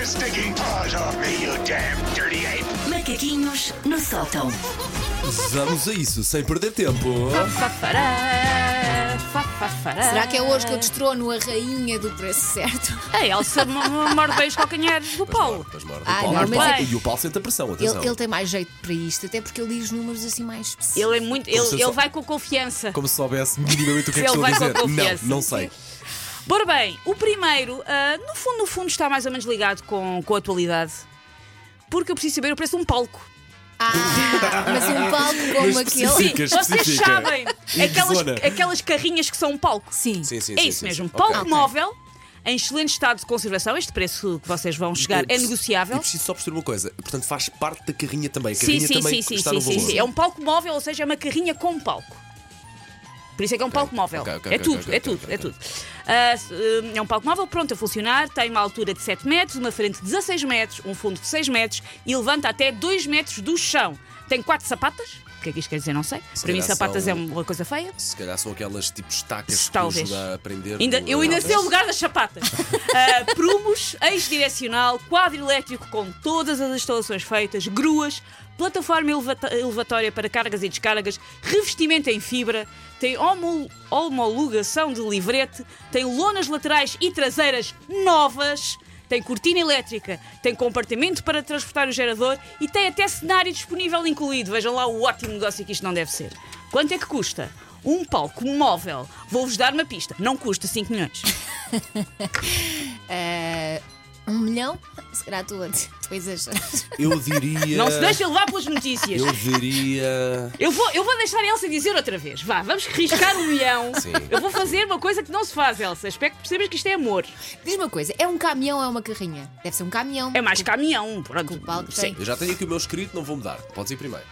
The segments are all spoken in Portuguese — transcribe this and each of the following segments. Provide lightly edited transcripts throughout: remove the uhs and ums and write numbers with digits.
stinking paws off me, you damn dirty ape! Macaquinhos no sótão. Vamos a isso, sem perder tempo. Será que é hoje que eu destrono a rainha do preço certo? A Elsa morde bem os calcanhares do Paulo. Pois morde. Ai, O Paulo- não, mas é- E o Paulo sente a pressão, atenção. Ele tem mais jeito para isto, até porque ele diz números assim mais específicos. Ele é muito. Como se eu Ele só- vai com confiança. Como se soubesse minimamente o que é Se que ele estou a vai com dizer. confiança. Não sei. Ora bem, o primeiro, no fundo, está mais ou menos ligado com a atualidade. Porque eu preciso saber o preço de um palco. Mas um palco como Mas aquele. especifica. Sim, vocês especifica. sabem. Em que zona? Aquelas carrinhas que são um palco. Sim. Sim, sim, É sim, isso sim, mesmo. sim. Palco Ok. móvel, em excelente estado de conservação. Este preço que vocês vão chegar é negociável. E preciso só perceber uma coisa. Portanto, faz parte da carrinha também. A Sim, carrinha sim, também sim, está sim, no sim, valor. sim. É um palco móvel, ou seja, é uma carrinha com palco. Por isso é que é um palco móvel. ok, É ok, tudo, ok, é ok, tudo, ok. é tudo. É um palco móvel pronto a funcionar, tem uma altura de 7 metros, uma frente de 16 metros, um fundo de 6 metros e levanta até 2 metros do chão. Tem 4 sapatas. O que é que isto quer dizer? Não sei. Para mim, calhar sapatas são- é uma coisa feia. Se calhar são aquelas tipo estacas que Talvez. ajuda a aprender. Eu ainda sei o lugar das sapatas. Prumos, eixo-direcional, quadro elétrico com todas as instalações feitas, gruas, plataforma elevatória para cargas e descargas, revestimento em fibra, tem homologação de livrete, tem lonas laterais e traseiras novas, tem cortina elétrica, tem compartimento para transportar o gerador e tem até cenário disponível incluído. Vejam lá o ótimo negócio que isto não deve ser. Quanto é que custa? Um palco móvel. Vou-vos dar uma pista. Não custa 5 milhões. 1 milhão? Se calhar tu exageras. Eu diria. Não se deixa levar pelas notícias. Eu diria. Eu vou deixar a Elsa dizer outra vez. Vá, vamos riscar 1 milhão. Sim. Eu vou fazer uma coisa que não se faz, Elsa. Espero que percebas que isto é amor. Diz uma coisa, é um caminhão ou é uma carrinha? Deve ser um caminhão. É mais caminhão. Pronto. O palco Sim. tem. Eu já tenho aqui o meu escrito, não vou mudar. Podes ir primeiro.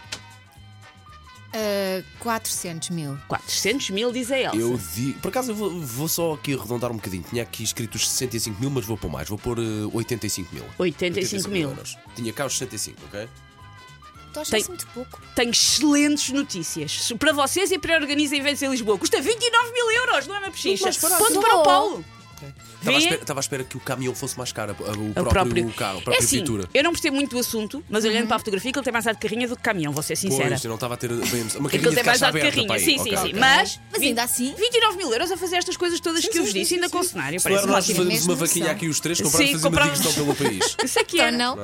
400 mil. 400 mil, diz a Elsa. Eu digo. Por acaso eu vou só aqui arredondar um bocadinho. Tinha aqui escrito os 65 mil, mas vou pôr mais. Vou pôr 85 mil. 85 mil. euros. Tinha cá os 65, ok? Tu achas Tem- isso muito pouco? Tenho excelentes notícias para vocês e para a Organiza Eventos em Lisboa. Custa 29 mil euros, não é uma pechincha? mais barato. Ponto para o Paulo. Vê? Estava à espera que o caminhão fosse mais caro, O o próprio carro, a própria É assim, viatura. eu não percebo muito do assunto, mas olhando para a fotografia, que ele tem mais ar de carrinha do que caminhão, vou ser sincera. Pois, eu não estava a ter bem, uma Aquilo carrinha de tem mais caixa ar de aberta. carrinha, pá, aí. sim, Ok, sim, sim. ok. Mas ainda assim. 29 mil euros a fazer estas coisas todas que eu vos disse, ainda com cenário. Se não era Parece nós ótimo. fazemos Mesmo uma vaquinha noção. aqui os três, Sim, comprar fazer uma compramos. digressão pelo país. Isso é que Então é. não.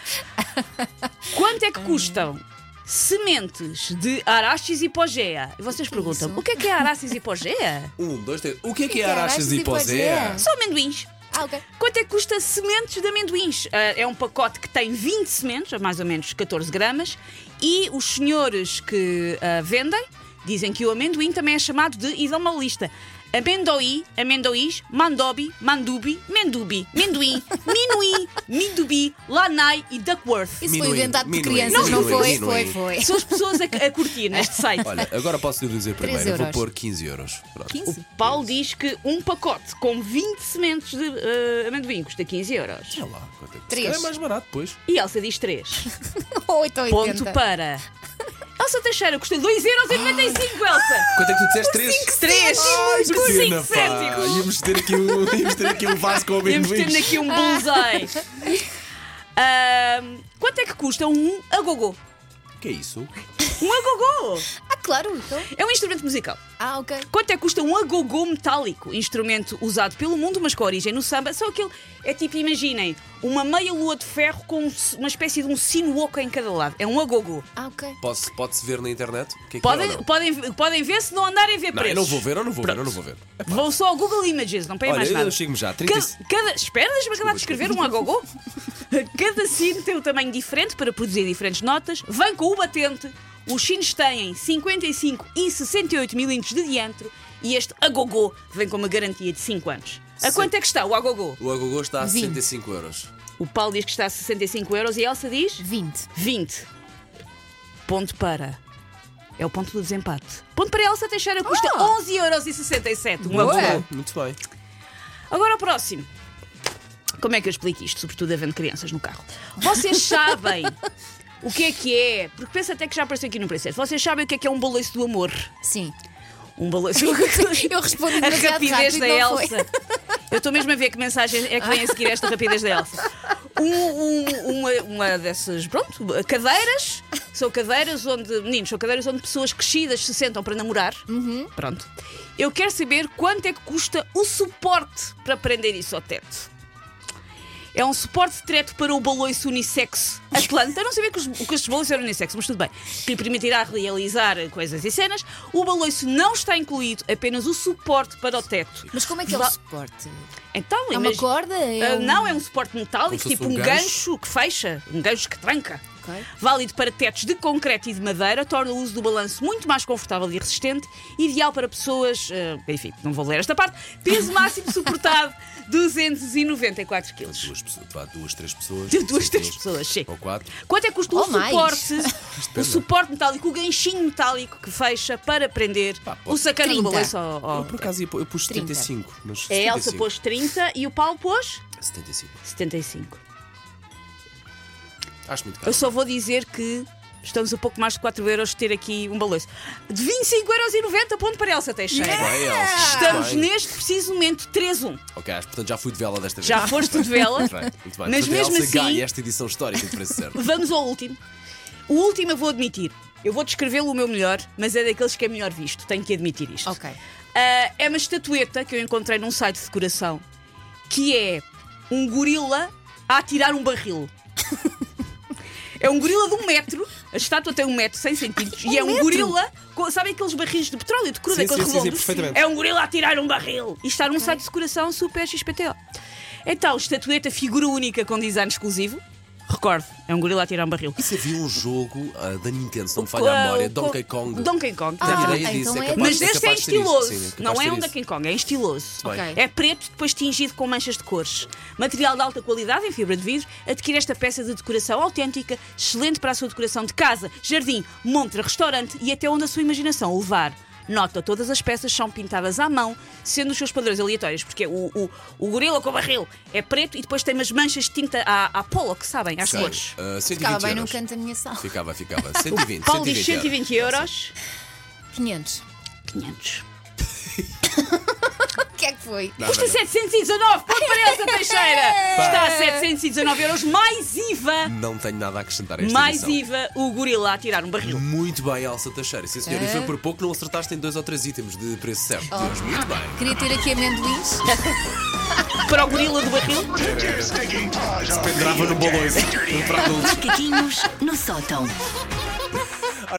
Quanto é que custam sementes de Araxes hipogea? E vocês perguntam, isso? o que é Araxes hipogea? 1, 2, 3. O que é é Araxes Araxes hipogea? hipogea? São amendoins. Ok. Quanto é que custa sementes de amendoins? É um pacote que tem 20 sementes, mais ou menos 14 gramas, e os senhores que vendem dizem que o amendoim também é chamado de, e dão uma lista: amendoim, amendoís, mandobi, mandubi, mendubi, menduim, minuim, mindubi, lanai e duckworth. Isso foi Minuim, inventado por minuim, crianças, não minuim, foi? minuim. Foi. São as pessoas a curtir neste site. Olha, agora posso lhe dizer primeiro, eu vou 3 pôr 15 euros. Pronto. 15? O Paulo diz que um pacote com 20 sementes de amendoim custa 15 euros. Olha lá, quanto é que- 3. Se calhar é mais barato, pois. E Elsa diz 3. 8,80. Ponto para Elsa Teixeira, custa 2,95€, Elsa! Quanto é que tu disseste? 3? 3! Com 5 cêntimos! Íamos ter aqui um vaso com Temos amendoins. tendo aqui um bullseye. Quanto é que custa um agogô? O que é isso? Um agogô! Ah, claro, então. É um instrumento musical. Ah, ok. Quanto é que custa um agogô metálico? Instrumento usado pelo mundo, mas com origem no samba. Só aquele. É tipo, imaginem, uma meia lua de ferro com uma espécie de um sino oco em cada lado. É um agogô. Ah, ok. Pode-se ver na internet? O que é que é ou não? Podem ver se não andarem a ver Não, preços. eu não vou ver, eu não vou ver, eu não vou ver. Vão só ao Google Images, não peguem Olha, mais nada. eu chego-me já. 30... Espera, deixa-me acabar de escrever um agogô. Cada sino tem um tamanho diferente para produzir diferentes notas. Vem com o batente. Os sinos têm 55 e 68 milímetros de diâmetro. E este agogô vem com uma garantia de 5 anos. A quanto é que está o agogô? O agogô está a 20. 65 euros. O Paulo diz que está a 65 euros e a Elsa diz 20. 20. Ponto para. É o ponto do desempate. Ponto para a Elsa Teixeira, custa 11,67€. Um agogô. Muito bem. Agora o próximo. Como é que eu explico isto? Sobretudo havendo crianças no carro. Vocês sabem o que é? Porque penso até que já apareceu aqui no preço. Vocês sabem o que é um baloiço do amor? Sim. Um baloiço. Eu respondo A demasiado rapidez rápido, da não foi? Elsa. Eu estou mesmo a ver que mensagem é que vem a seguir esta rapidez da Elsa. uma dessas, pronto, cadeiras. São cadeiras onde, meninos, são cadeiras onde pessoas crescidas se sentam para namorar. Pronto. Eu quero saber quanto é que custa o suporte para prender isso ao teto. É um suporte direto para o baloiço unissex Atlanta. Eu não sabia que os baloiços eram unissex, mas tudo bem. Que lhe permitirá realizar coisas e cenas. O baloiço não está incluído, apenas o suporte para o teto. Mas como é que é o suporte? Então, É uma corda? Não, é um suporte metálico, Como se tipo fosse um um gancho que fecha, um gancho que tranca. Ok. Válido para tetos de concreto e de madeira, torna o uso do balanço muito mais confortável e resistente, ideal para pessoas, enfim, não vou ler esta parte, peso máximo suportado, 294 kg. Duas, três pessoas. De 2, 3 pessoas, sim. Ou 4. Quanto é que custa Ou o mais. suporte? O suporte metálico, o ganchinho metálico que fecha para prender o sacana do 30. balanço Eu, por acaso, eu pus 30. 75. Mas A Elsa 75. pôs 30 e o Paulo pôs 75. 75. Acho muito Eu caro. só vou dizer que estamos a pouco mais de 4 euros de ter aqui um baloiço. De 25,90€, ponto para a Elsa Teixeira. Bem, Elsa. Estamos Bem. neste preciso momento 3-1. Ok, portanto já fui de vela desta vez. Já foste de vela, Muito bem, muito bem. mas Portanto, a mesmo Elsa assim, ganha esta edição histórica de preço certo. vamos ao último. O último eu vou admitir. Eu vou descrevê-lo o meu melhor, mas é daqueles que é melhor visto. Tenho que admitir isto. Ok. É uma estatueta que eu encontrei num site de decoração que é um gorila a atirar um barril. É um gorila de 1 metro. A estátua tem 1 metro, 100 centímetros. E é um gorila. Sabem aqueles barris de petróleo de crudo, Sim, aqueles sim, sim, redondos? perfeitamente. É um gorila a tirar um barril. E está num site de decoração super XPTO. Então, estatueta figura única com design exclusivo. Recordo, é um gorila a tirar um barril. Isso havia um jogo da Nintendo, se não me falha a memória, Donkey Kong. Donkey Kong. Tenho Ah, ideia disso, então é- capaz- Mas capaz este é de ser isto. estiloso, Sim, capaz não de é ser um isso. Donkey Kong, é estiloso. Bem. Ok. É preto, depois tingido com manchas de cores. Material de alta qualidade, em fibra de vidro. Adquire esta peça de decoração autêntica, excelente para a sua decoração de casa, jardim, montra, restaurante e até onde a sua imaginação o levar. Nota, todas as peças são pintadas à mão, sendo os seus padrões aleatórios, porque o gorila com o barril é preto e depois tem umas manchas de tinta à Pollock, sabem, às Sim. cores. 120 Ficava bem num euros. canto da minha sala. Ficava. 120. Paulo diz 120 120 euros. 500. 500. O que é que foi? Custa 719, ponto para a Elsa Teixeira. Está a 719 euros, mais IVA. Não tenho nada a acrescentar a esta Mais edição. IVA, o gorila a tirar um barril. Muito bem, Elsa Teixeira. Sim, senhor. E É? foi por pouco que não acertaste em 2 ou 3 itens de preço certo. Deus, muito bem. Queria ter aqui amendoins. Para o gorila do barril. Take your stinking paws off me, Pedrava you no baloiço. damn dirty ape! Para adultos. Macaquinhos no sótão.